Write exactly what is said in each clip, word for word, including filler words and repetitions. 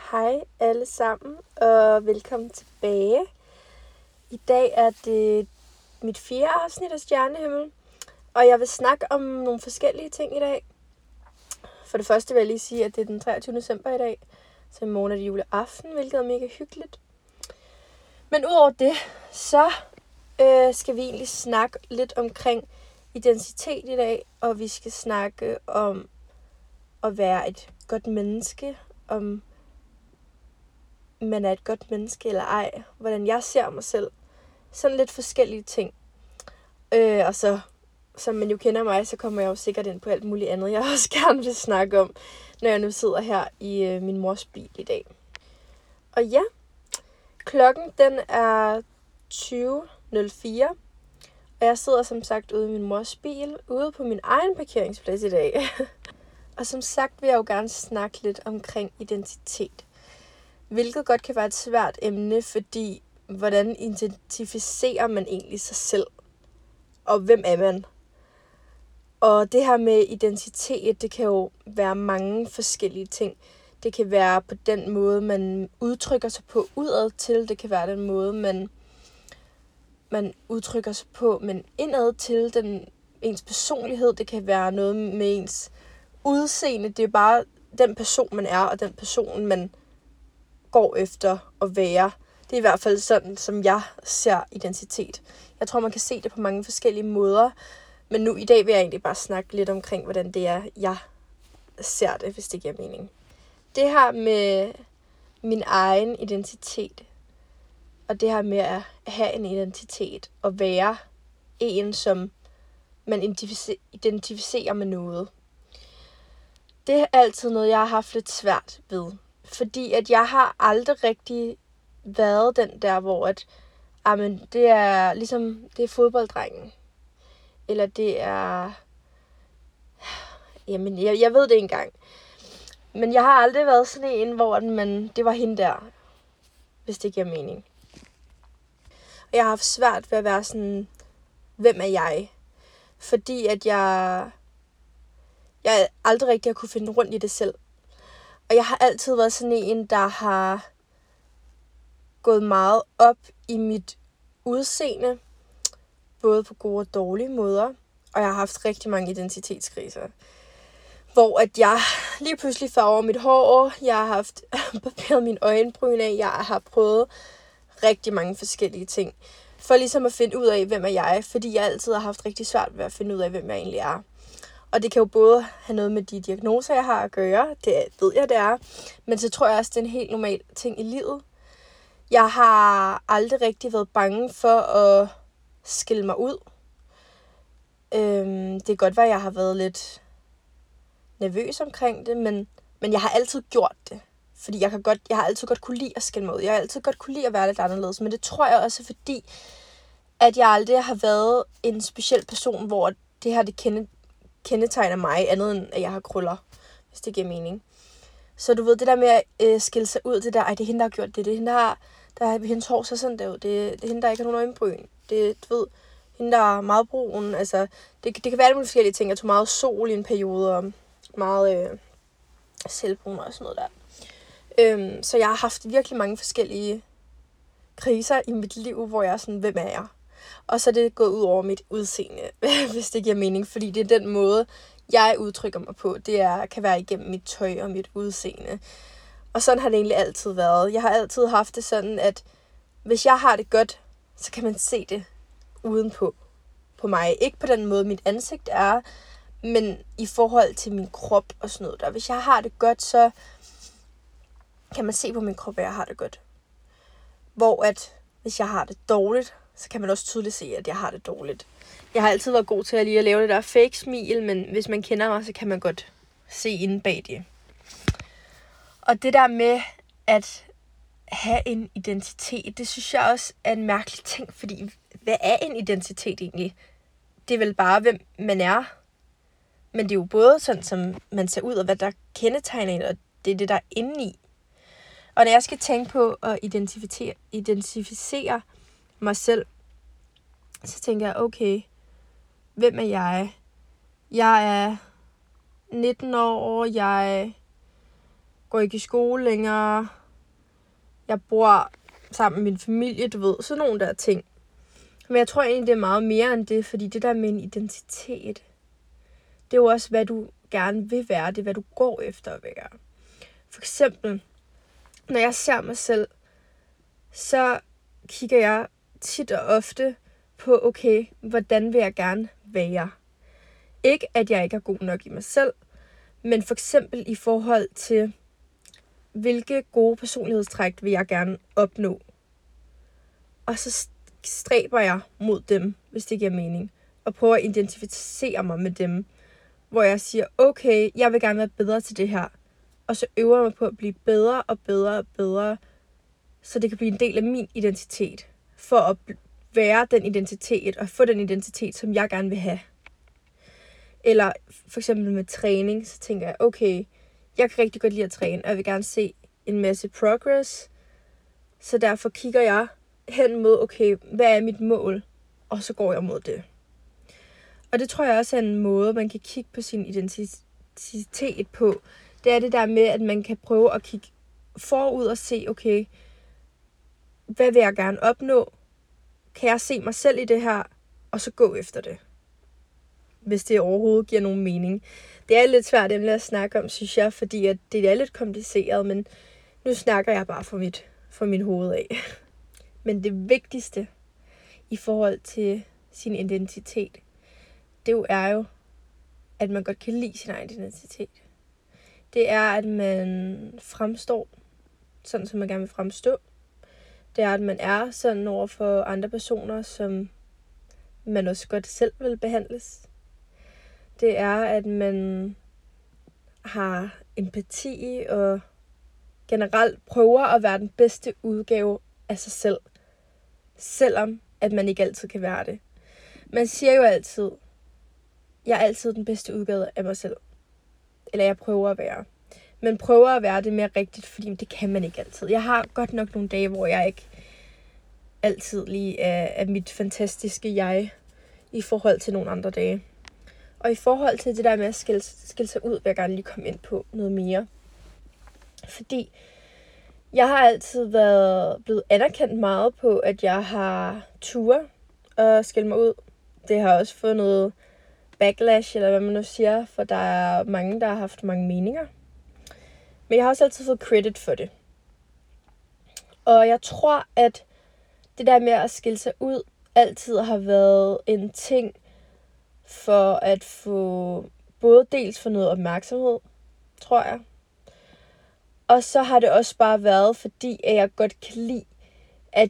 Hej alle sammen, og velkommen tilbage. I dag er det mit fjerde afsnit af Stjernehimmel, og jeg vil snakke om nogle forskellige ting i dag. For det første vil jeg lige sige, at det er den treogtyvende december i dag, så i morgen er det juleaften, hvilket er mega hyggeligt. Men udover det, så øh, skal vi egentlig snakke lidt omkring identitet i dag, og vi skal snakke om at være et godt menneske, om man er et godt menneske eller ej, hvordan jeg ser mig selv. Sådan lidt forskellige ting. Øh, og så, som man jo kender mig, så kommer jeg jo sikkert ind på alt muligt andet, jeg også gerne vil snakke om, når jeg nu sidder her i øh, min mors bil i dag. Og ja, klokken den er tyve nul fire, og jeg sidder som sagt ude i min mors bil, ude på min egen parkeringsplads i dag. Og som sagt vil jeg jo gerne snakke lidt omkring identitet. Hvilket godt kan være et svært emne, fordi hvordan identificerer man egentlig sig selv? Og hvem er man? Og det her med identitet, det kan jo være mange forskellige ting. Det kan være på den måde, man udtrykker sig på udad til. Det kan være den måde, man, man udtrykker sig på, men indad til den, ens personlighed. Det kan være noget med ens udseende. Det er bare den person, man er, og den person, man går efter at være. Det er i hvert fald sådan, som jeg ser identitet. Jeg tror, man kan se det på mange forskellige måder. Men nu i dag vil jeg egentlig bare snakke lidt omkring, hvordan det er, jeg ser det, hvis det giver mening. Det her med min egen identitet, og det her med at have en identitet, og være en, som man identificerer med noget. Det er altid noget, jeg har haft lidt svært ved. Fordi at jeg har aldrig rigtig været den der, hvor at, amen, det er ligesom, det er fodbolddrengen. Eller det er, jamen, jeg, jeg ved det ikke engang. Men jeg har aldrig været sådan en, hvor man, det var hende der, hvis det giver mening. Og jeg har haft svært ved at være sådan, hvem er jeg? Fordi at jeg, jeg aldrig rigtig har kunne finde rundt i det selv. Og jeg har altid været sådan en, der har gået meget op i mit udseende, både på gode og dårlige måder. Og jeg har haft rigtig mange identitetskriser, hvor at jeg lige pludselig farver mit hår, jeg har haft barberet mine øjenbryn af, jeg har prøvet rigtig mange forskellige ting, for ligesom at finde ud af, hvem er jeg, fordi jeg altid har haft rigtig svært ved at finde ud af, hvem jeg egentlig er. Og det kan jo både have noget med de diagnoser, jeg har at gøre. Det ved jeg, det er. Men så tror jeg også, det er en helt normal ting i livet. Jeg har aldrig rigtig været bange for at skille mig ud. Øhm, det kan godt være, at jeg har været lidt nervøs omkring det, men, men jeg har altid gjort det. Fordi jeg, kan godt, jeg har altid godt kunne lide at skille mig ud. Jeg har altid godt kunne lide at være lidt anderledes. Men det tror jeg også, fordi at jeg aldrig har været en speciel person, hvor det her det kende, kendetegner mig, andet end at jeg har krøller, hvis det giver mening. Så du ved, det der med at øh, skille sig ud, det der, ej, det er hende, der har gjort det, det er hende, der har, der har hendes hår så sådan der ud, det, det er hende, der ikke har nogen øjenbryn, det, du ved, hende, der er meget brun, altså, det, det kan være alle forskellige ting. Jeg tog meget sol i en periode, og meget øh, selvbrun og sådan noget der. Øhm, så jeg har haft virkelig mange forskellige kriser i mit liv, hvor jeg er sådan, hvem er jeg? Og så er det gået ud over mit udseende, hvis det giver mening, fordi det er den måde, jeg udtrykker mig på. Det er, kan være igennem mit tøj og mit udseende. Og sådan har det egentlig altid været. Jeg har altid haft det sådan, at hvis jeg har det godt, så kan man se det udenpå på mig. Ikke på den måde, mit ansigt er, men i forhold til min krop og sådan noget der. Hvis jeg har det godt, så kan man se på min krop, at jeg har det godt. Hvor at, hvis jeg har det dårligt, så kan man også tydeligt se, at jeg har det dårligt. Jeg har altid været god til at lige at lave det der fake smil, men hvis man kender mig, så kan man godt se inde bag det. Og det der med at have en identitet, det synes jeg også er en mærkelig ting, fordi hvad er en identitet egentlig? Det er vel bare, hvem man er. Men det er jo både sådan, som man ser ud, og hvad der kendetegner en, og det er det, der er inde i. Og når jeg skal tænke på at identificere, identificere mig selv, så tænker jeg, okay, hvem er jeg? Jeg er nitten år, jeg går ikke i skole længere. Jeg bor sammen med min familie, du ved. Sådan nogle der ting. Men jeg tror egentlig, det er meget mere end det, fordi det der med en identitet, det er jo også, hvad du gerne vil være. Det er, hvad du går efter at være. For eksempel, når jeg ser mig selv, så kigger jeg tit og ofte på, okay, hvordan vil jeg gerne være? Ikke, at jeg ikke er god nok i mig selv, men for eksempel i forhold til, hvilke gode personlighedstræk vil jeg gerne opnå? Og så stræber jeg mod dem, hvis det giver mening, og prøver at identificere mig med dem, hvor jeg siger, okay, jeg vil gerne være bedre til det her, og så øver jeg mig på at blive bedre og bedre og bedre, så det kan blive en del af min identitet, for at være den identitet, og få den identitet, som jeg gerne vil have. Eller for eksempel med træning, så tænker jeg, okay, jeg kan rigtig godt lide at træne, og jeg vil gerne se en masse progress, så derfor kigger jeg hen mod, okay, hvad er mit mål? Og så går jeg mod det. Og det tror jeg også er en måde, man kan kigge på sin identitet på. Det er det der med, at man kan prøve at kigge forud og se, okay, hvad vil jeg gerne opnå? Kan jeg se mig selv i det her? Og så gå efter det. Hvis det overhovedet giver nogen mening. Det er lidt svært at snakke om, synes jeg, fordi at det er lidt kompliceret, men nu snakker jeg bare for mit, for min hoved af. Men det vigtigste i forhold til sin identitet, det jo er jo, at man godt kan lide sin egen identitet. Det er, at man fremstår sådan, som man gerne vil fremstå. Det er, at man er sådan over for andre personer, som man også godt selv vil behandles. Det er, at man har empati og generelt prøver at være den bedste udgave af sig selv. Selvom at man ikke altid kan være det. Man siger jo altid, jeg er altid den bedste udgave af mig selv. Eller jeg prøver at være. Men prøver at være det mere rigtigt, fordi det kan man ikke altid. Jeg har godt nok nogle dage, hvor jeg ikke altid lige er, er mit fantastiske jeg i forhold til nogle andre dage. Og i forhold til det der med at skille, skille sig ud, vil jeg gerne lige komme ind på noget mere. Fordi jeg har altid været blevet anerkendt meget på, at jeg har tur og skille mig ud. Det har også fået noget backlash, eller hvad man nu siger, for der er mange, der har haft mange meninger. Men jeg har også altid fået credit for det. Og jeg tror, at det der med at skille sig ud, altid har været en ting for at få både dels for noget opmærksomhed, tror jeg. Og så har det også bare været, fordi at jeg godt kan lide at,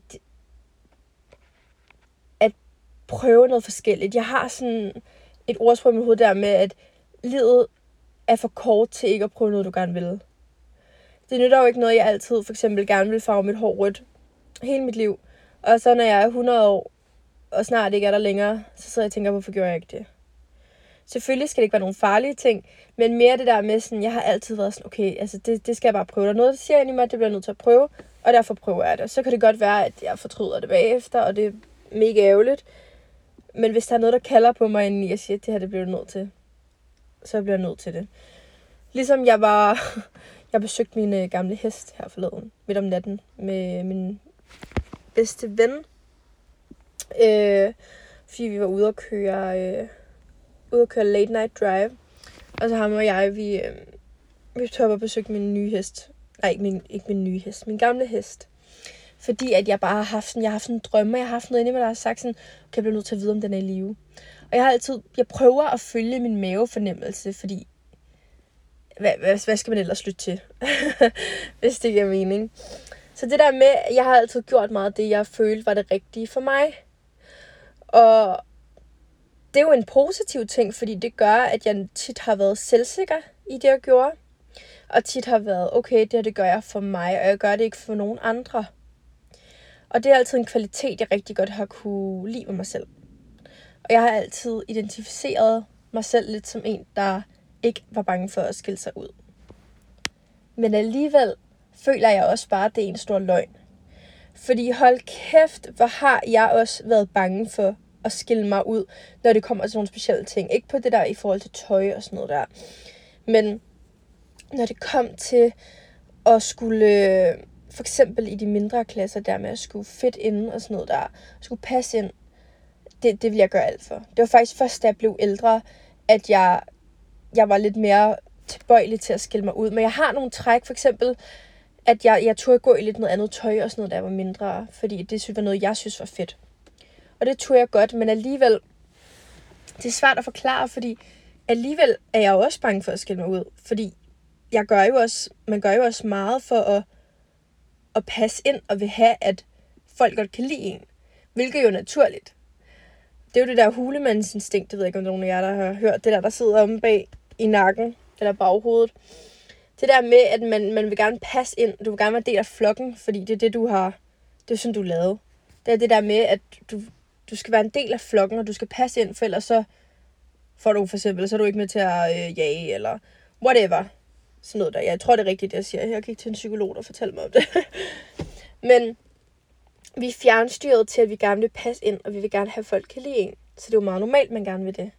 at prøve noget forskelligt. Jeg har sådan et ordsprog i mit hoved der med, at livet er for kort til ikke at prøve noget, du gerne vil. Det nytter jo ikke noget, jeg altid for eksempel gerne vil farve mit hår rødt hele mit liv. Og så når jeg er hundrede år, og snart ikke er der længere, så sidder jeg og tænker, hvorfor gjorde jeg ikke det? Selvfølgelig skal det ikke være nogle farlige ting, men mere det der med sådan, jeg har altid været sådan, okay, altså det, det skal jeg bare prøve. Der er noget, der siger ind i mig, det bliver jeg nødt til at prøve, og derfor prøver jeg det. Så kan det godt være, at jeg fortryder det bagefter, og det er mega ærgerligt. Men hvis der er noget, der kalder på mig indeni, og siger, at det her, det bliver jeg nødt til, så bliver jeg nødt til det. Ligesom jeg var, jeg besøgte min øh, gamle hest her forleden, midt om natten, med min bedste ven. Øh, fordi vi var ude at køre, øh, ude at køre late night drive. Og så ham og jeg, vi, øh, vi tog op og besøgte min nye hest. Nej, ikke min, ikke min nye hest, min gamle hest. Fordi at jeg bare har haft sådan, jeg har haft sådan en drømme, og jeg har haft noget inde i mig, der har sagt sådan, okay, jeg bliver nødt til at vide, om den er i live. Og jeg har altid, jeg prøver at følge min mavefornemmelse, fordi, hvad, hvad, hvad skal man ellers lytte til, hvis det giver mening. Så det der med, jeg har altid gjort meget det, jeg følte var det rigtige for mig. Og det er jo en positiv ting, fordi det gør, at jeg tit har været selvsikker i det, jeg gjorde. Og tit har været, okay, det her det gør jeg for mig, og jeg gør det ikke for nogen andre. Og det er altid en kvalitet, jeg rigtig godt har kunne lide ved mig selv. Og jeg har altid identificeret mig selv lidt som en, der ikke var bange for at skille sig ud. Men alligevel føler jeg også bare, at det er en stor løgn. Fordi hold kæft, hvor har jeg også været bange for at skille mig ud, når det kommer til nogle specielle ting. Ikke på det der i forhold til tøj og sådan noget der. Men når det kom til at skulle, øh, for eksempel i de mindre klasser, der med at skulle fit ind og sådan noget der, skulle passe ind, det, det ville jeg gøre alt for. Det var faktisk først, da jeg blev ældre, at jeg, jeg var lidt mere tilbøjelig til at skille mig ud. Men jeg har nogle træk, for eksempel, at jeg, jeg turde gå i lidt noget andet tøj og sådan noget, da jeg var mindre, fordi det synes var noget, jeg synes var fedt. Og det turde jeg godt, men alligevel, det er svært at forklare, fordi alligevel er jeg jo også bange for at skille mig ud, fordi jeg gør jo også, man gør jo også meget for at, at passe ind og vil have, at folk godt kan lide en, hvilket jo er naturligt. Det er jo det der hulemandsinstinkt, det ved jeg ikke, om nogen af jer, der har hørt, det der, der sidder omme bag i nakken, eller baghovedet. Det der med, at man, man vil gerne passe ind, du vil gerne være del af flokken, fordi det er det, du har, det er sådan, du er lavet. Det er det der med, at du, du skal være en del af flokken, og du skal passe ind, for ellers så får du for eksempel, så er du ikke med til at øh, jage, eller whatever. Sådan noget der. Jeg tror, det er rigtigt, det jeg siger. Jeg gik til en psykolog, der fortalte mig om det. Men vi er fjernstyret til, at vi gerne vil passe ind, og vi vil gerne have, at folk kan lide en. Så det er jo meget normalt, man gerne vil det.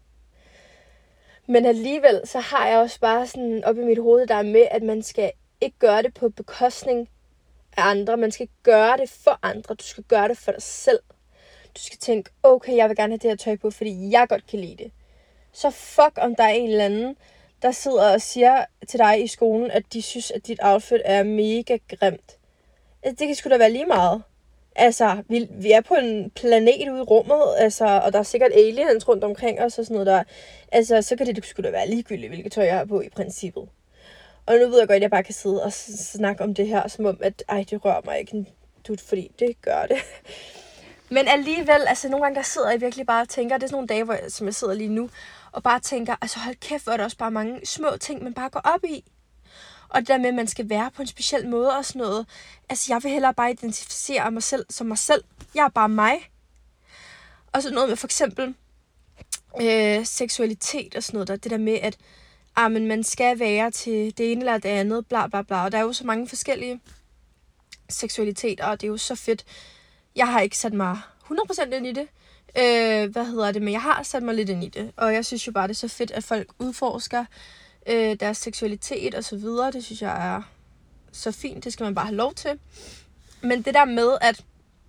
Men alligevel, så har jeg også bare sådan op i mit hoved, der med, at man skal ikke gøre det på bekostning af andre. Man skal ikke gøre det for andre. Du skal gøre det for dig selv. Du skal tænke, okay, jeg vil gerne have det her tøj på, fordi jeg godt kan lide det. Så fuck, om der er en eller anden, der sidder og siger til dig i skolen, at de synes, at dit outfit er mega grimt. Det kan sgu da være lige meget. Altså, vi, vi er på en planet ude i rummet, altså, og der er sikkert aliens rundt omkring os og sådan noget der. Altså, så kan det sgu da være ligegyldigt, hvilket tøj jeg har på i princippet. Og nu ved jeg godt, at jeg bare kan sidde og snakke om det her, som om, at ej, det rører mig ikke, dude, fordi det gør det. Men alligevel, altså nogle gange, der sidder jeg virkelig bare og tænker, det er sådan nogle dage, hvor jeg, som jeg sidder lige nu, og bare tænker, altså hold kæft, hvor er der også bare mange små ting, man bare går op i. Og det der med, at man skal være på en speciel måde og sådan noget. Altså, jeg vil hellere bare identificere mig selv som mig selv. Jeg er bare mig. Og så noget med for eksempel øh, seksualitet og sådan noget der. Det der med, at ah, men man skal være til det ene eller det andet, bla bla bla. Og der er jo så mange forskellige seksualiteter, og det er jo så fedt. Jeg har ikke sat mig hundrede procent ind i det. Øh, hvad hedder det? Men jeg har sat mig lidt ind i det. Og jeg synes jo bare, det er så fedt, at folk udforsker øh, deres seksualitet og så videre. Det synes jeg er så fint. Det skal man bare have lov til. Men det der med, at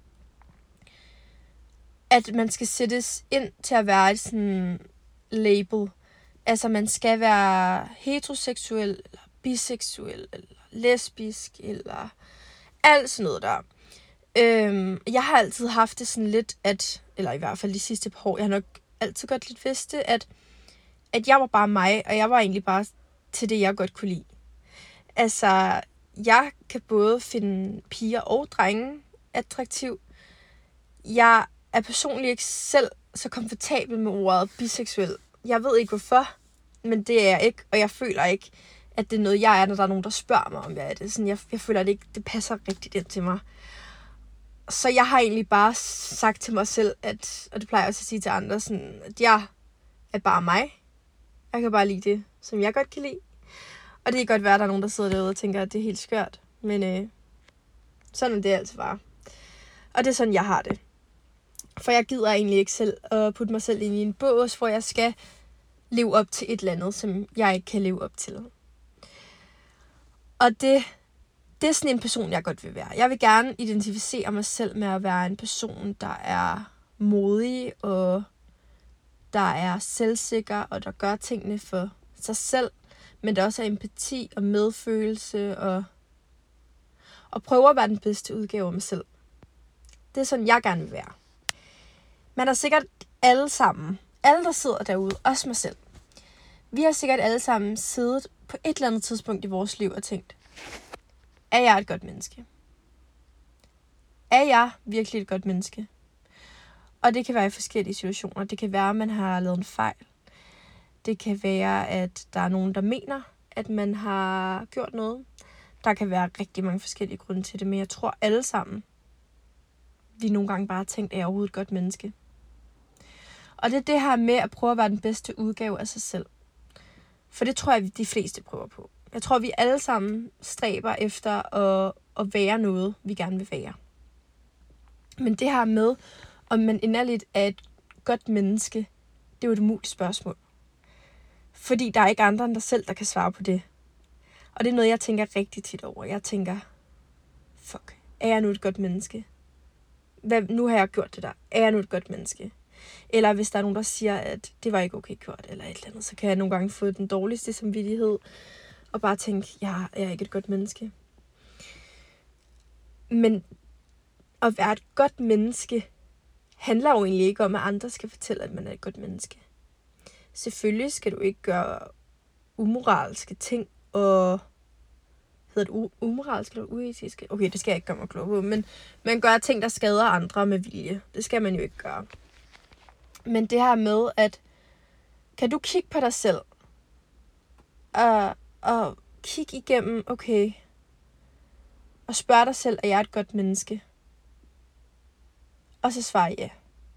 at man skal sættes ind til at være et sådan label. Altså, man skal være heteroseksuel, eller biseksuel, eller lesbisk, eller alt sådan noget der. Øhm, jeg har altid haft det sådan lidt, at, eller i hvert fald de sidste par år, jeg har nok altid godt lidt vidst det, at, at jeg var bare mig, og jeg var egentlig bare til det, jeg godt kunne lide. Altså, jeg kan både finde piger og drenge attraktiv. Jeg er personligt ikke selv så komfortabel med ordet biseksuel. Jeg ved ikke hvorfor, men det er jeg ikke, og jeg føler ikke, at det er noget, jeg er, når der er nogen, der spørger mig, om jeg er det. Sådan, jeg, jeg føler, at det ikke det passer rigtigt ind til mig. Så jeg har egentlig bare sagt til mig selv, at, og det plejer jeg også at sige til andre, sådan, at jeg er bare mig. Jeg kan bare lide det, som jeg godt kan lide. Og det kan godt være, at der er nogen, der sidder derude og tænker, at det er helt skørt. Men øh, sådan er det altså bare. Og det er sådan, jeg har det. For jeg gider egentlig ikke selv at putte mig selv ind i en bås, hvor jeg skal leve op til et eller andet, som jeg ikke kan leve op til. Og det, det er sådan en person, jeg godt vil være. Jeg vil gerne identificere mig selv med at være en person, der er modig, og der er selvsikker, og der gør tingene for sig selv, men der også er empati og medfølelse, og, og prøver at være den bedste udgave af mig selv. Det er sådan, jeg gerne vil være. Man har sikkert alle sammen, alle der sidder derude, også mig selv, vi har sikkert alle sammen siddet på et eller andet tidspunkt i vores liv og tænkt, er jeg et godt menneske? Er jeg virkelig et godt menneske? Og det kan være i forskellige situationer. Det kan være, at man har lavet en fejl. Det kan være, at der er nogen, der mener, at man har gjort noget. Der kan være rigtig mange forskellige grunde til det, men jeg tror alle sammen, vi nogle gange bare har tænkt, er jeg overhovedet et godt menneske? Og det er det her med at prøve at være den bedste udgave af sig selv. For det tror jeg, de fleste prøver på. Jeg tror, vi alle sammen stræber efter at, at være noget, vi gerne vil være. Men det her med, om man inderligt er et godt menneske, det er jo et umuligt spørgsmål. Fordi der er ikke andre end dig selv, der kan svare på det. Og det er noget, jeg tænker rigtig tit over. Jeg tænker, fuck, er jeg nu et godt menneske? Hvad, nu har jeg gjort det der. Er jeg nu et godt menneske? Eller hvis der er nogen, der siger, at det var ikke okay gjort, eller et eller andet, så kan jeg nogle gange få den dårligste samvittighed, og bare tænke, jeg er ikke et godt menneske. Men at være et godt menneske, handler jo egentlig ikke om, at andre skal fortælle, at man er et godt menneske. Selvfølgelig skal du ikke gøre umoralske ting, og hedder det u- umoralske eller uetiske? Okay, det skal jeg ikke gøre mig klog på, men man gør ting, der skader andre med vilje. Det skal man jo ikke gøre. Men det her med, at kan du kigge på dig selv, og, og kigge igennem, okay, og spørge dig selv, er jeg et godt menneske? Og så svare ja.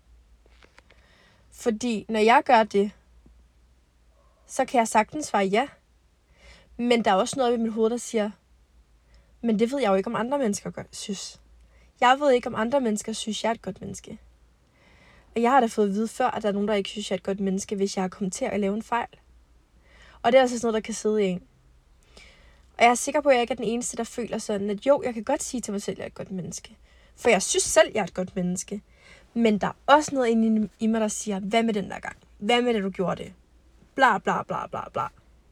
Fordi når jeg gør det, så kan jeg sagtens svare ja. Men der er også noget i mit hoved, der siger, men det ved jeg jo ikke, om andre mennesker gør, synes. Jeg ved ikke, om andre mennesker synes, jeg er et godt menneske. Og jeg har da fået at vide før, at der er nogen, der ikke synes, jeg er et godt menneske, hvis jeg har kommet til at lave en fejl. Og det er altså sådan noget, der kan sidde i en. Og jeg er sikker på, at jeg ikke er den eneste, der føler sådan, at jo, jeg kan godt sige til mig selv, at jeg er et godt menneske. For jeg synes selv, at jeg er et godt menneske. Men der er også noget inde i mig, der siger, hvad med den der gang? Hvad med det, du gjorde det? Bla, bla, bla, bla, bla.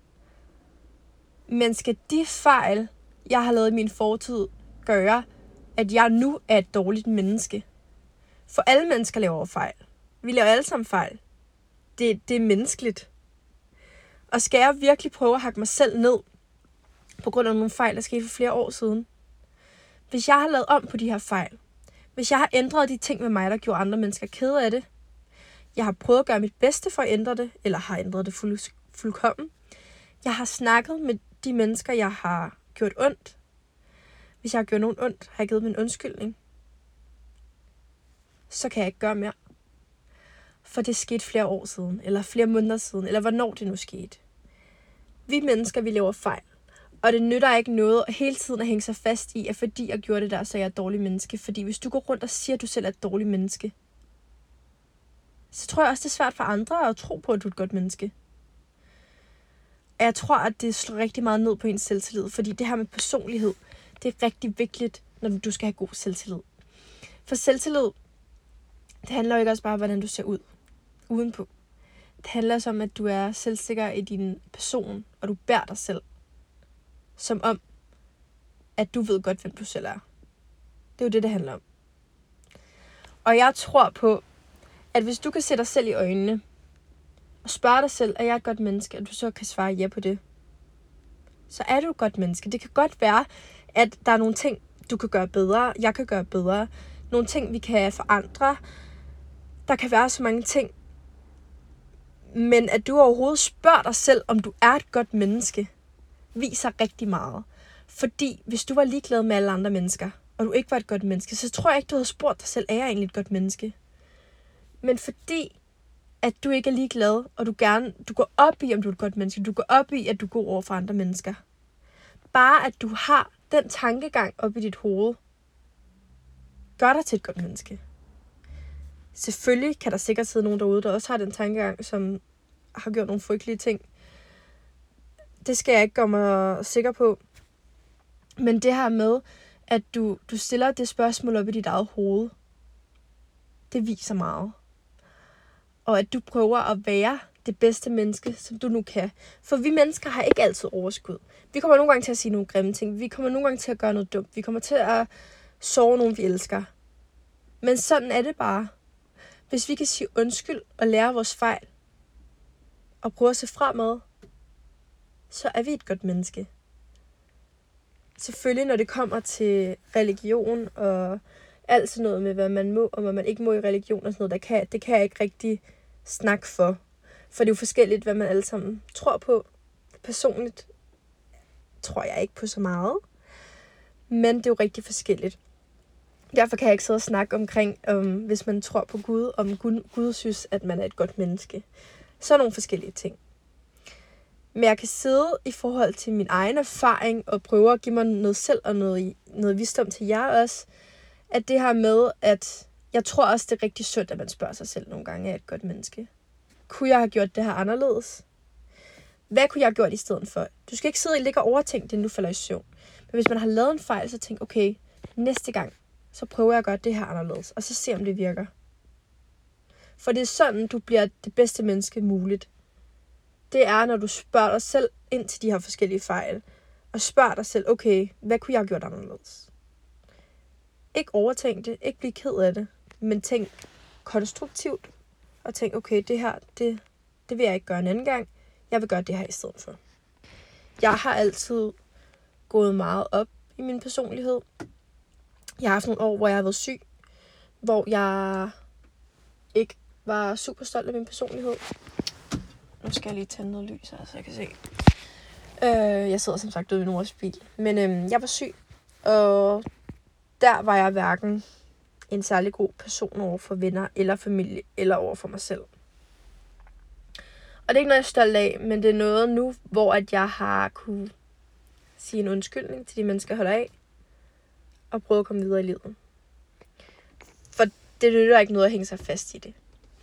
Men skal de fejl, jeg har lavet i min fortid, gøre, at jeg nu er et dårligt menneske? For alle mennesker laver fejl. Vi laver alle sammen fejl. Det, det er menneskeligt. Og skal jeg virkelig prøve at hakke mig selv ned, på grund af nogle fejl, der skete for flere år siden? Hvis jeg har lavet om på de her fejl, hvis jeg har ændret de ting med mig, der gjorde andre mennesker kede af det, jeg har prøvet at gøre mit bedste for at ændre det, eller har ændret det fuld, fuldkommen, jeg har snakket med de mennesker, jeg har gjort ondt. Hvis jeg har gjort nogen ondt, har jeg givet dem en undskyldning. Så kan jeg ikke gøre mere. For det skete flere år siden, eller flere måneder siden, eller hvornår det nu skete. Vi mennesker, vi laver fejl. Og det nytter ikke noget at hele tiden at hænge sig fast i, at fordi jeg gjorde det der, så er jeg et dårligt menneske. Fordi hvis du går rundt og siger, at du selv er et dårligt menneske, så tror jeg også, det er svært for andre at tro på, at du er et godt menneske. Og jeg tror, at det slår rigtig meget ned på ens selvtillid. Fordi det her med personlighed, det er rigtig vigtigt, når du skal have god selvtillid. For selvtillid, det handler jo ikke også bare om, hvordan du ser ud udenpå. Det handler også om, at du er selvsikker i din person, og du bærer dig selv. Som om, at du ved godt, hvem du selv er. Det er jo det, det handler om. Og jeg tror på, at hvis du kan se dig selv i øjnene, og spørge dig selv, er jeg et godt menneske, og du så kan svare ja på det, så er du et godt menneske. Det kan godt være, at der er nogle ting, du kan gøre bedre, jeg kan gøre bedre, nogle ting, vi kan forandre. Der kan være så mange ting. Men at du overhovedet spørger dig selv, om du er et godt menneske, viser rigtig meget. Fordi hvis du var ligeglad med alle andre mennesker, og du ikke var et godt menneske, så tror jeg ikke, du havde spurgt dig selv, er jeg egentlig et godt menneske? Men fordi, at du ikke er ligeglad, og du gerne, du går op i, om du er et godt menneske, du går op i, at du går over for andre mennesker. Bare at du har den tankegang op i dit hoved, gør dig til et godt menneske. Selvfølgelig kan der sikkert sidde nogen derude, der også har den tankegang, som har gjort nogle frygtelige ting. Det skal jeg ikke gøre mig sikker på. Men det her med, at du, du stiller det spørgsmål op i dit eget hoved, det viser meget. Og at du prøver at være det bedste menneske, som du nu kan. For vi mennesker har ikke altid overskud. Vi kommer nogle gange til at sige nogle grimme ting. Vi kommer nogle gange til at gøre noget dumt. Vi kommer til at såre nogen, vi elsker. Men sådan er det bare. Hvis vi kan sige undskyld og lære vores fejl, og prøve at se fremad, så er vi et godt menneske. Selvfølgelig, når det kommer til religion og alt sådan noget med, hvad man må og hvad man ikke må i religion og sådan noget, der kan, det kan jeg ikke rigtig snakke for. For det er jo forskelligt, hvad man alle sammen tror på. Personligt tror jeg ikke på så meget. Men det er jo rigtig forskelligt. Derfor kan jeg ikke sidde og snakke omkring, um, hvis man tror på Gud, om Gud, Gud synes, at man er et godt menneske. Så er nogle forskellige ting. Men jeg kan sidde i forhold til min egen erfaring og prøve at give mig noget selv og noget, noget visdom til jer også. At det her med, at jeg tror også, det er rigtig sundt, at man spørger sig selv nogle gange, er jeg et godt menneske? Kunne jeg have gjort det her anderledes? hvad kunne jeg have gjort i stedet for? Du skal ikke sidde og ligge og overtænke det, inden du falder i søvn. Men hvis man har lavet en fejl, så tænk, okay, næste gang, så prøver jeg at gøre det her anderledes, og så se, om det virker. For det er sådan, du bliver det bedste menneske muligt. Det er, når du spørger dig selv ind til de her forskellige fejl, og spørger dig selv, okay, hvad kunne jeg have gjort anderledes? Ikke overtænk det, ikke blive ked af det, men tænk konstruktivt, og tænk, okay, det her, det, det vil jeg ikke gøre en anden gang. Jeg vil gøre det her i stedet for. Jeg har altid gået meget op i min personlighed. Jeg har haft nogle år, hvor jeg har været syg, hvor jeg ikke var super stolt af min personlighed. Nu skal jeg lige tænde noget lys her, så jeg kan se. Øh, jeg sidder som sagt ude i min mors bil. Men øh, jeg var syg, og der var jeg hverken en særlig god person over for venner eller familie, eller over for mig selv. Og det er ikke noget, jeg er stolt af, men det er noget nu, hvor at jeg har kunne sige en undskyldning til de mennesker, jeg holder af, og prøve at komme videre i livet. For det nytter ikke noget at hænge sig fast i det.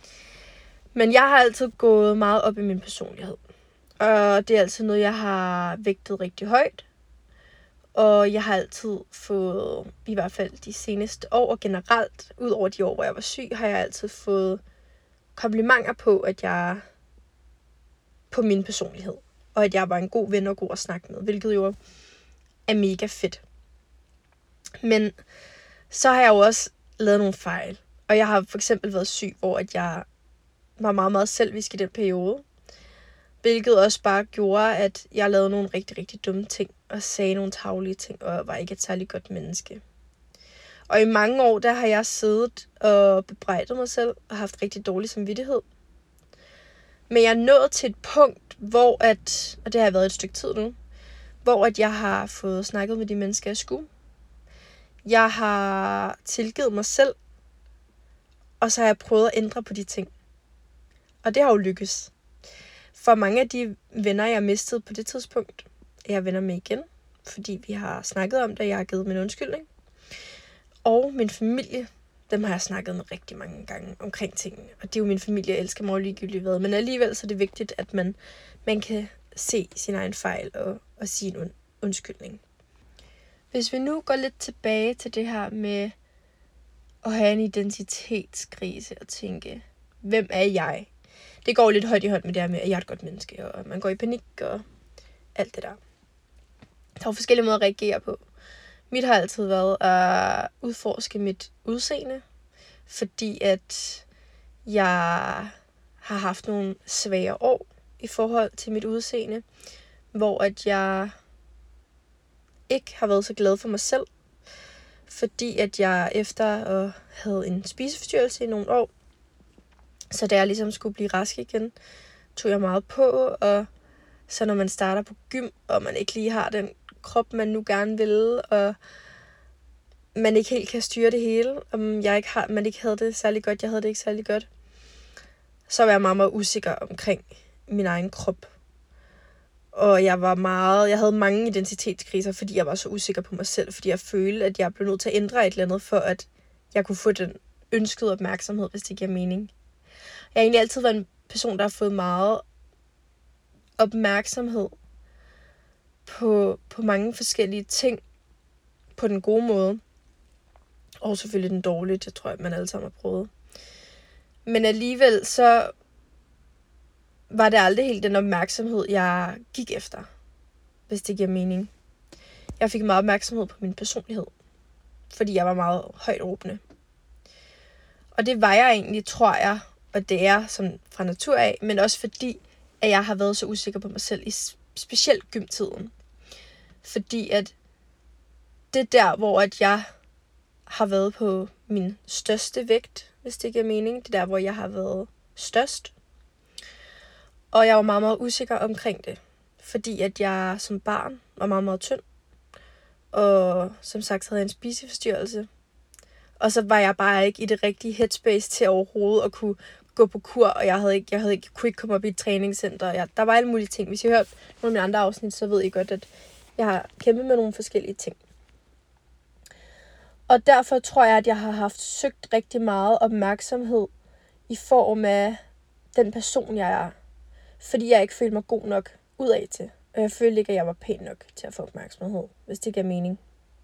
Men jeg har altid gået meget op i min personlighed. Og det er altid noget, jeg har vægtet rigtig højt. Og jeg har altid fået, i hvert fald de seneste år, og generelt, ud over de år, hvor jeg var syg, har jeg altid fået komplimenter på, at jeg på min personlighed. Og at jeg var en god ven og god at snakke med, hvilket jo er mega fedt. Men så har jeg jo også lavet nogle fejl. Og jeg har for eksempel været syg, hvor at jeg var meget, meget selvisk i den periode. Hvilket også bare gjorde, at jeg lavede nogle rigtig, rigtig dumme ting. Og sagde nogle tarvelige ting, og var ikke et særligt godt menneske. Og i mange år, der har jeg siddet og bebrejdet mig selv, og haft rigtig dårlig samvittighed. Men jeg er nået til et punkt, hvor at, og det har jeg været et stykke tid nu, hvor at jeg har fået snakket med de mennesker, jeg skulle. Jeg har tilgivet mig selv, og så har jeg prøvet at ændre på de ting. Og det har jo lykkes. For mange af de venner, jeg mistede på det tidspunkt, er jeg venner med igen, fordi vi har snakket om det, og jeg har givet min undskyldning. Og min familie, dem har jeg snakket med rigtig mange gange omkring tingene. Og det er jo min familie, jeg elsker mig jo ligegyldigt hvad. Men alligevel så er det vigtigt, at man, man kan se sin egen fejl og, og sige en undskyldning. Hvis vi nu går lidt tilbage til det her med at have en identitetskrise og tænke, hvem er jeg? Det går lidt højt i hånd med det her med, at jeg er et godt menneske, og man går i panik og alt det der. Der er jo forskellige måder at reagere på. Mit har altid været at udforske mit udseende, fordi at jeg har haft nogle svære år i forhold til mit udseende, hvor at jeg ikke har været så glad for mig selv, fordi at jeg efter at have en spiseforstyrrelse i nogle år, så da jeg ligesom skulle blive rask igen, tog jeg meget på, og så når man starter på gym, og man ikke lige har den krop, man nu gerne vil, og man ikke helt kan styre det hele, om jeg ikke har, man ikke havde det særlig godt, jeg havde det ikke særlig godt, så var jeg meget, meget usikker omkring min egen krop. Og jeg var meget, jeg havde mange identitetskriser, fordi jeg var så usikker på mig selv, fordi jeg følte, at jeg blev nødt til at ændre et eller andet, for at jeg kunne få den ønskede opmærksomhed, hvis det giver mening. Jeg har egentlig altid været en person, der har fået meget opmærksomhed på, på mange forskellige ting, på den gode måde, og selvfølgelig den dårlige, det tror jeg, man alle sammen har prøvet. Men alligevel så var det aldrig helt den opmærksomhed, jeg gik efter, hvis det giver mening. Jeg fik meget opmærksomhed på min personlighed, fordi jeg var meget højt råbende. Og det var jeg egentlig, tror jeg, og det er som fra natur af, men også fordi, at jeg har været så usikker på mig selv, i specielt gymtiden. Fordi at det er der, hvor at jeg har været på min største vægt, hvis det giver mening. Det er der, hvor jeg har været størst. Og jeg var meget, meget usikker omkring det. Fordi at jeg som barn var meget, meget tynd. Og som sagt havde jeg en spiseforstyrrelse. Og så var jeg bare ikke i det rigtige headspace til overhovedet at kunne gå på kur. Og jeg havde ikke, jeg havde ikke, kunne ikke komme op i et træningscenter. Jeg, der var alle mulige ting. Hvis I har hørt nogle af mine andre afsnit, så ved I godt, at jeg har kæmpet med nogle forskellige ting. Og derfor tror jeg, at jeg har haft søgt rigtig meget opmærksomhed i form af den person, jeg er. Fordi jeg ikke følte mig god nok udad til. Og jeg følte ikke, at jeg var pæn nok til at få opmærksomhed, hvis det giver mening.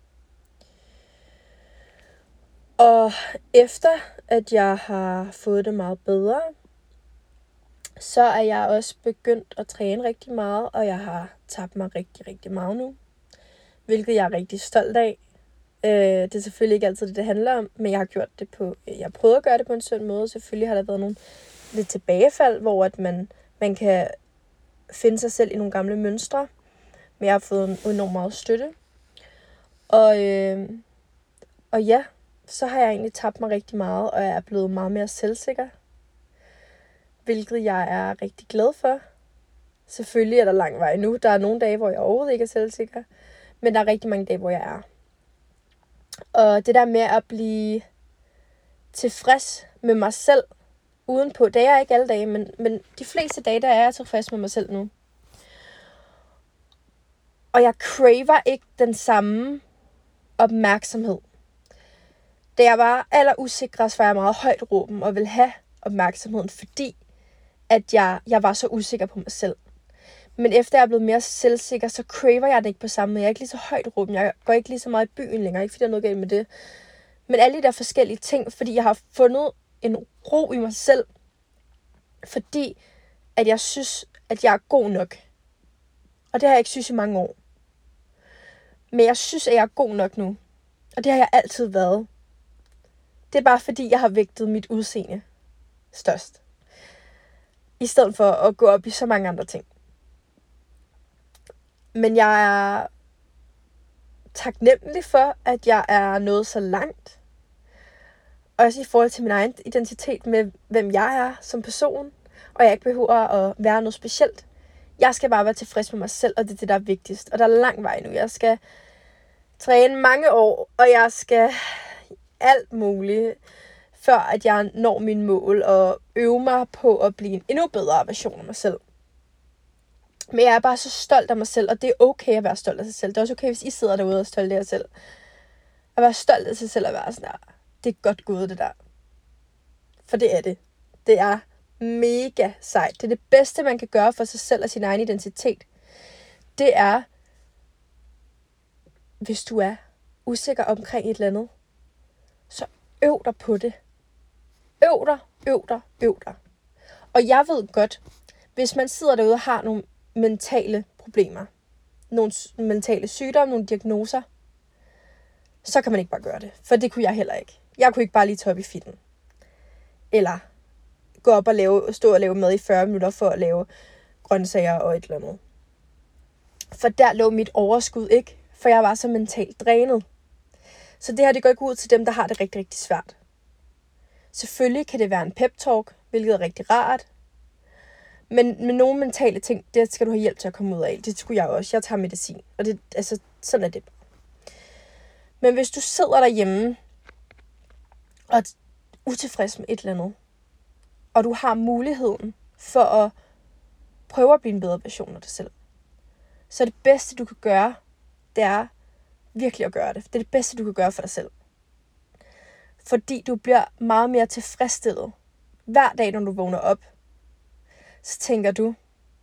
Og efter at jeg har fået det meget bedre, så er jeg også begyndt at træne rigtig meget, og jeg har tabt mig rigtig, rigtig meget nu. Hvilket jeg er rigtig stolt af. Øh, det er selvfølgelig ikke altid det, det handler om, men jeg har gjort det på, jeg har prøvet at gøre det på en sund måde. Selvfølgelig har der været nogle lidt tilbagefald, hvor at man, man kan finde sig selv i nogle gamle mønstre. Men jeg har fået en enormt meget støtte. Og, øh, og ja, så har jeg egentlig tabt mig rigtig meget, og jeg er blevet meget mere selvsikker. Hvilket jeg er rigtig glad for. Selvfølgelig er der lang vej nu. Der er nogle dage, hvor jeg overhovedet ikke er selvsikker. Men der er rigtig mange dage, hvor jeg er. Og det der med at blive tilfreds med mig selv udenpå. Det er jeg ikke alle dage, men, men de fleste dage, der er jeg tilfreds med mig selv nu. Og jeg craver ikke den samme opmærksomhed. Da jeg var aller usikrest, var jeg meget højt råben og ville have opmærksomheden, fordi at jeg, jeg var så usikker på mig selv. Men efter jeg er blevet mere selvsikker, så craver jeg det ikke på samme måde. Jeg er ikke lige så højt råben. Jeg går ikke lige så meget i byen længere. Ikke fordi der er noget galt med det. Men alle de der forskellige ting, fordi jeg har fundet en ro i mig selv. Fordi at jeg synes, at jeg er god nok. Og det har jeg ikke synes i mange år. Men jeg synes, at jeg er god nok nu. Og det har jeg altid været. Det er bare fordi, jeg har vægtet mit udseende størst. I stedet for at gå op i så mange andre ting. Men jeg er taknemmelig for, at jeg er nået så langt. Også i forhold til min egen identitet med, hvem jeg er som person. Og jeg ikke behøver at være noget specielt. Jeg skal bare være tilfreds med mig selv, og det er det, der er vigtigst. Og der er lang vej nu. Jeg skal træne mange år, og jeg skal alt muligt, før at jeg når mine mål og øve mig på at blive en endnu bedre version af mig selv. Men jeg er bare så stolt af mig selv, og det er okay at være stolt af sig selv. Det er også okay, hvis I sidder derude og er stolt af jer selv. At være stolt af sig selv og være sådan der, det er godt gået det der. For det er det. Det er mega sejt. Det er det bedste, man kan gøre for sig selv og sin egen identitet. Det er, hvis du er usikker omkring et eller andet, så øv dig på det. Øv dig, øv dig, øv dig. Og jeg ved godt, hvis man sidder derude og har nogle mentale problemer, nogle mentale sygdomme, nogle diagnoser, så kan man ikke bare gøre det. For det kunne jeg heller ikke. Jeg kunne ikke bare lige tage op i fitten. Eller gå op og lave, stå og lave mad i fyrre minutter for at lave grøntsager og et eller andet. For der lå mit overskud ikke, for jeg var så mentalt drænet. Så det her, det går ikke ud til dem, der har det rigtig, rigtig svært. Selvfølgelig kan det være en pep-talk, hvilket er rigtig rart. Men med nogle mentale ting, det skal du have hjælp til at komme ud af. Det skulle jeg også. Jeg tager medicin. Og det, altså, sådan er det. Men hvis du sidder derhjemme og er utilfreds med et eller andet, og du har muligheden for at prøve at blive en bedre version af dig selv, så det bedste, du kan gøre, det er virkelig at gøre det. Det er det bedste, du kan gøre for dig selv. Fordi du bliver meget mere tilfredsstillet. Hver dag, når du vågner op, så tænker du,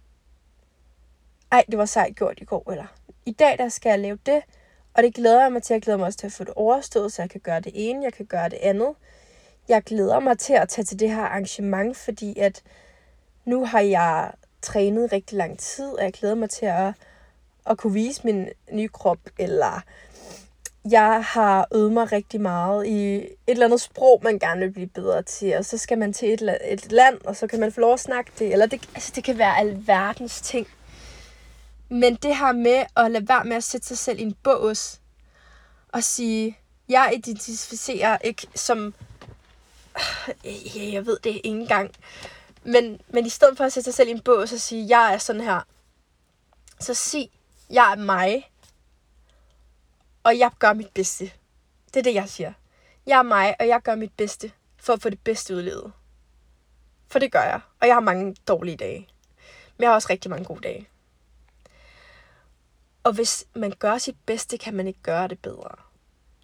ej, det var sejt gjort i går, eller i dag, der skal jeg lave det, og det glæder jeg mig til. Jeg glæder mig også til at få det overstået, så jeg kan gøre det ene, jeg kan gøre det andet. Jeg glæder mig til at tage til det her arrangement, fordi at nu har jeg trænet rigtig lang tid, og jeg glæder mig til at, at kunne vise min nye krop, eller jeg har øvet mig rigtig meget i et eller andet sprog, man gerne vil blive bedre til, og så skal man til et, et land, og så kan man få lov at snakke det, eller det, altså det kan være alverdens ting. Men det her med at lade være med at sætte sig selv i en bås, og sige, jeg identificerer ikke som, jeg ved det ikke engang, men, men i stedet for at sætte sig selv i en bås og sige, jeg er sådan her, så sig, jeg er mig, og jeg gør mit bedste. Det er det, jeg siger. Jeg er mig, og jeg gør mit bedste for at få det bedste ud af livet. For det gør jeg. Og jeg har mange dårlige dage. Men jeg har også rigtig mange gode dage. Og hvis man gør sit bedste, kan man ikke gøre det bedre.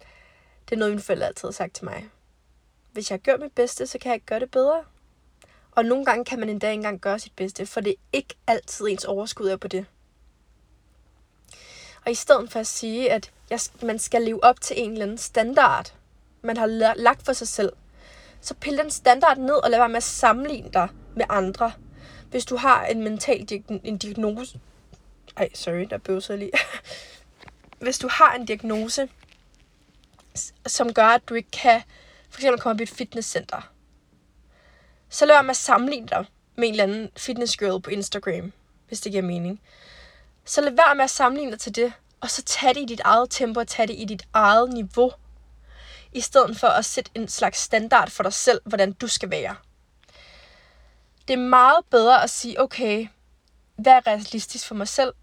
Det er noget, mine forældre altid har sagt til mig. Hvis jeg gør mit bedste, så kan jeg ikke gøre det bedre. Og nogle gange kan man endda ikke engang gøre sit bedste, for det er ikke altid ens overskud er på det. Og i stedet for at sige, at jeg, man skal leve op til en eller anden standard, man har lagt for sig selv, så pil den standard ned og lad være med at sammenligne dig med andre. Hvis du har en mental diag- en diagnose... Ej, sorry, der bøvsede lige. Hvis du har en diagnose, som gør, at du ikke kan for eksempel komme op i et fitnesscenter, så lad være med at sammenligne dig med en eller anden fitnessgirl på Instagram, hvis det giver mening. Så lad være med at sammenligne dig til det, og så tag det i dit eget tempo, og tag det i dit eget niveau, i stedet for at sætte en slags standard for dig selv, hvordan du skal være. Det er meget bedre at sige, okay, hvad er realistisk for mig selv?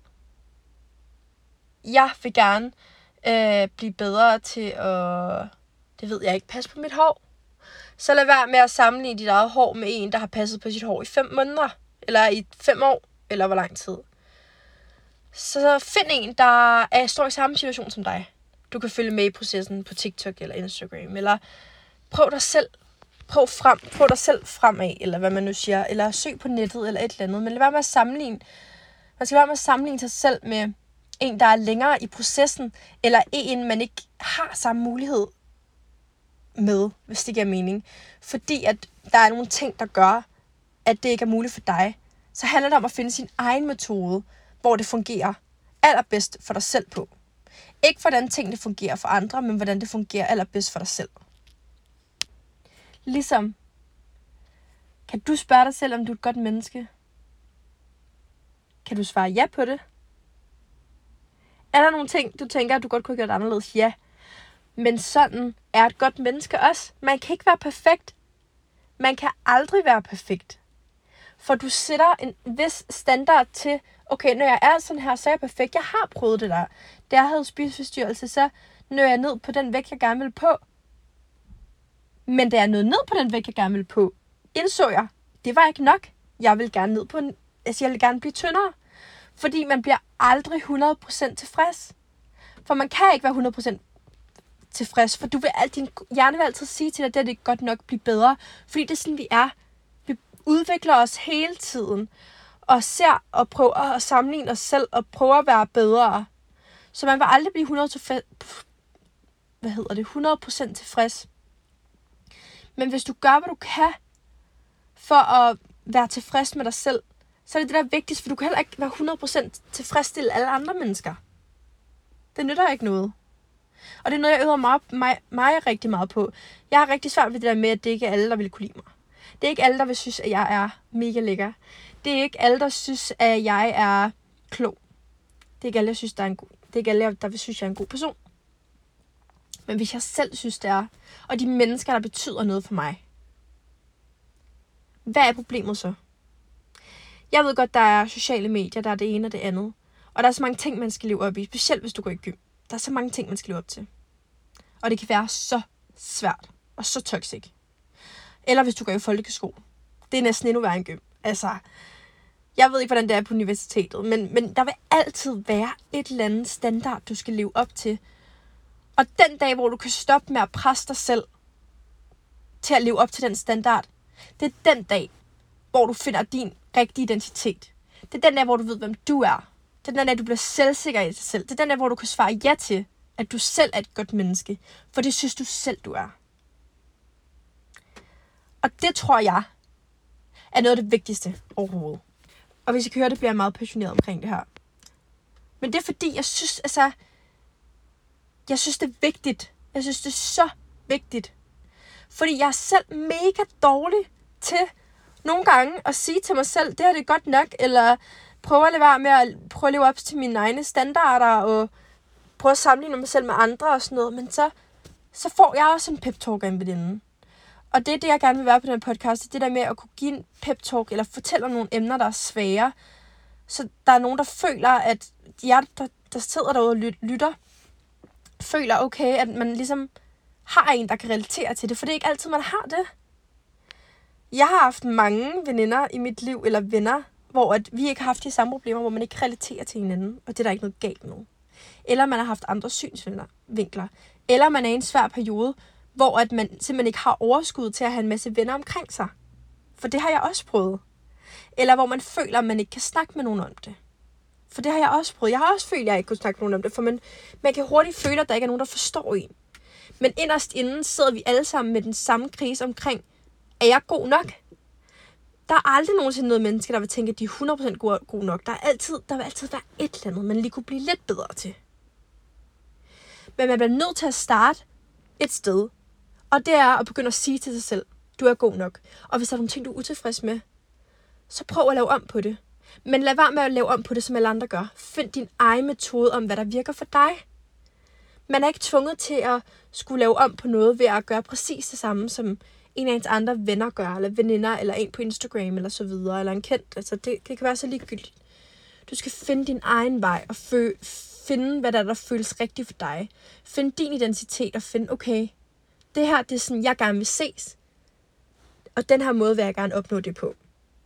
Jeg vil gerne øh, blive bedre til at, det ved jeg ikke, passe på mit hår. Så lad være med at sammenligne dit eget hår med en, der har passet på sit hår i fem måneder, eller i fem år, eller hvor lang tid. Så find en, der er, står i samme situation som dig. Du kan følge med i processen på TikTok eller Instagram, eller prøv dig selv. Prøv, frem, prøv dig selv fremad, eller hvad man nu siger, eller søg på nettet, eller et eller andet. Men lad være med at sammenligne. Man skal være med at sammenligne sig selv med en, der er længere i processen, eller en, man ikke har samme mulighed med, hvis det giver mening. Fordi at der er nogle ting, der gør, at det ikke er muligt for dig. Så handler det om at finde sin egen metode, hvor det fungerer allerbedst for dig selv på. Ikke hvordan tingene fungerer for andre, men hvordan det fungerer allerbedst for dig selv. Ligesom, kan du spørge dig selv, om du er et godt menneske? Kan du svare ja på det? Er der nogle ting, du tænker, at du godt kunne have gjort anderledes? Ja. Men sådan er et godt menneske også. Man kan ikke være perfekt. Man kan aldrig være perfekt. For du sætter en vis standard til, okay, når jeg er sådan her, så er jeg perfekt. Jeg har prøvet det der. Da jeg havde spiseforstyrrelse, så når jeg ned på den vægt, jeg gerne ville på. Men da jeg nåede ned på den vægt, jeg gerne ville på, indså jeg, det var ikke nok. Jeg vil gerne ned på en, altså jeg vil gerne blive tyndere. Fordi man bliver aldrig hundrede procent tilfreds. For man kan ikke være hundrede procent tilfreds, for du vil, din hjerne vil altid sige til dig, at det er det godt nok blive bedre. Fordi det er sådan, vi er. Vi udvikler os hele tiden, og ser og prøver at sammenligne os selv, og prøver at være bedre. Så man vil aldrig blive hundrede procent tilfreds. Hvad hedder det? hundrede procent tilfreds. Men hvis du gør, hvad du kan, for at være tilfreds med dig selv, så er det det, der er vigtigst, for du kan heller ikke være hundrede procent tilfredsstille alle andre mennesker. Det nytter ikke noget. Og det er noget, jeg øver mig, mig, mig rigtig meget på. Jeg har rigtig svært ved det der med, at det ikke er alle, der vil kunne lide mig. Det er ikke alle, der vil synes, at jeg er mega lækker. Det er ikke alle, der synes, at jeg er klog. Det er ikke alle, der synes, der er en god. Det er ikke alle, der vil synes, at jeg er en god person. Men hvis jeg selv synes, det er, og de mennesker, der betyder noget for mig, hvad er problemet så? Jeg ved godt, der er sociale medier, der er det ene og det andet. Og der er så mange ting, man skal leve op i. Specielt hvis du går i gym. Der er så mange ting, man skal leve op til. Og det kan være så svært og så toxic. Eller hvis du går i folkeskole. Det er næsten endnu værre end gym. Altså, jeg ved ikke, hvordan det er på universitetet. Men, men der vil altid være et eller andet standard, du skal leve op til. Og den dag, hvor du kan stoppe med at presse dig selv til at leve op til den standard, det er den dag, hvor du finder din rigtige identitet. Det er den dag, hvor du ved, hvem du er. Det er den dag, du bliver selvsikker i dig selv. Det er den dag, hvor du kan svare ja til, at du selv er et godt menneske. For det synes du selv, du er. Og det tror jeg er noget af det vigtigste overhovedet. Og hvis I kan høre det, bliver jeg meget passioneret omkring det her. Men det er fordi, jeg synes, altså, jeg synes, det er vigtigt. Jeg synes, det er så vigtigt. Fordi jeg er selv mega dårlig til nogle gange at sige til mig selv, det her det er godt nok, eller prøve at lade være med at prøve at leve op til mine egne standarder, og prøve at sammenligne mig selv med andre og sådan noget. Men så, så får jeg også en pep-talk af en veninde. Og det er det, jeg gerne vil være på den podcast. Det er det der med at kunne give en pep-talk, eller fortælle om nogle emner, der er svære. Så der er nogen, der føler, at jer, der, der sidder derude og lytter, føler okay, at man ligesom har en, der kan relatere til det. For det er ikke altid, man har det. Jeg har haft mange veninder i mit liv, eller venner, hvor at vi ikke har haft de samme problemer, hvor man ikke relaterer til hinanden, og det er der ikke noget galt med. Eller man har haft andre synsvinkler. Eller man er i en svær periode, hvor at man simpelthen ikke har overskud til at have en masse venner omkring sig. For det har jeg også prøvet. Eller hvor man føler, at man ikke kan snakke med nogen om det. For det har jeg også prøvet. Jeg har også følt, at jeg ikke kunne snakke med nogen om det. For man, man kan hurtigt føle, at der ikke er nogen, der forstår en. Men inderst inden sidder vi alle sammen med den samme krise omkring, er jeg god nok? Der er aldrig nogensinde noget menneske, der vil tænke, at de er hundrede procent gode, gode nok. Der, er altid, der vil altid være et eller andet, man lige kunne blive lidt bedre til. Men man bliver nødt til at starte et sted. Og det er at begynde at sige til sig selv, du er god nok. Og hvis der er nogle ting, du er utilfreds med, så prøv at lave om på det. Men lad være med at lave om på det, som alle andre gør. Find din egen metode om, hvad der virker for dig. Man er ikke tvunget til at skulle lave om på noget ved at gøre præcis det samme, som en af ens andre venner gør, eller veninder, eller en på Instagram, eller så videre, eller en kendt. Altså, det, det kan være så ligegyldigt. Du skal finde din egen vej, og fø, finde, hvad der, er, der føles rigtigt for dig. Find din identitet, og find, okay, det her, det er sådan, jeg gerne vil ses. Og den her måde vil jeg gerne opnå det på.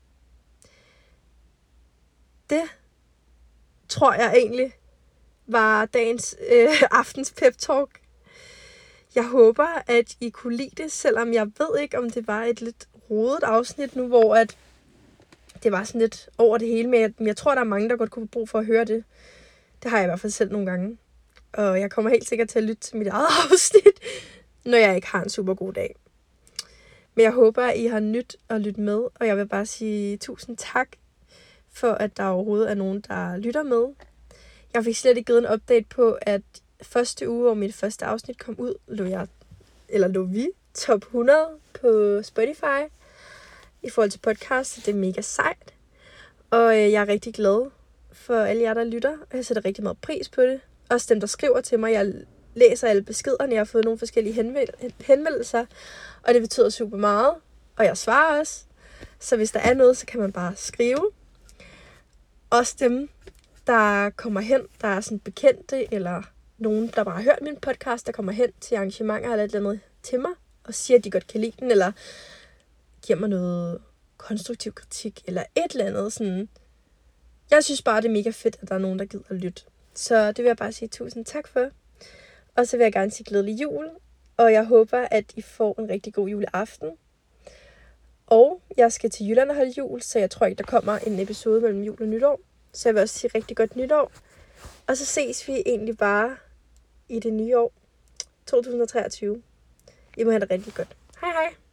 Det tror jeg egentlig var dagens øh, aftens pep talk. Jeg håber, at I kunne lide det, selvom jeg ved ikke, om det var et lidt rodet afsnit nu, hvor at det var sådan lidt over det hele. Men jeg, jeg tror, der er mange, der godt kunne få brug for at høre det. Det har jeg i hvert fald selv nogle gange. Og jeg kommer helt sikkert til at lytte til mit eget afsnit, når jeg ikke har en super god dag. Men jeg håber, at I har nyt at lytte med, og jeg vil bare sige tusind tak for, at der overhovedet er nogen, der lytter med. Jeg fik slet ikke givet en update på, at første uge, hvor mit første afsnit kom ud, lå jeg, eller lå vi, top hundrede på Spotify i forhold til podcast, så det er mega sejt. Og øh, jeg er rigtig glad for alle jer, der lytter, og jeg sætter rigtig meget pris på det. Også dem, der skriver til mig. Jeg læser alle beskederne, jeg har fået nogle forskellige henvend- henvendelser, og det betyder super meget, og jeg svarer også. Så hvis der er noget, så kan man bare skrive. Også dem, der kommer hen, der er sådan bekendte, eller nogen, der bare har hørt min podcast, der kommer hen til arrangementer eller et eller andet til mig, og siger, at de godt kan lide den, eller giver mig noget konstruktiv kritik, eller et eller andet. Sådan. Jeg synes bare, det er mega fedt, at der er nogen, der gider at lytte. Så det vil jeg bare sige tusind tak for. Og så vil jeg gerne sige glædelig jul, og jeg håber, at I får en rigtig god juleaften. Og jeg skal til Jylland og holde jul, så jeg tror ikke, der kommer en episode mellem jul og nytår. Så jeg vil også sige rigtig godt nytår. Og så ses vi egentlig bare i det nye år, to tusind treogtyve. I må have det rigtig godt. Hej hej!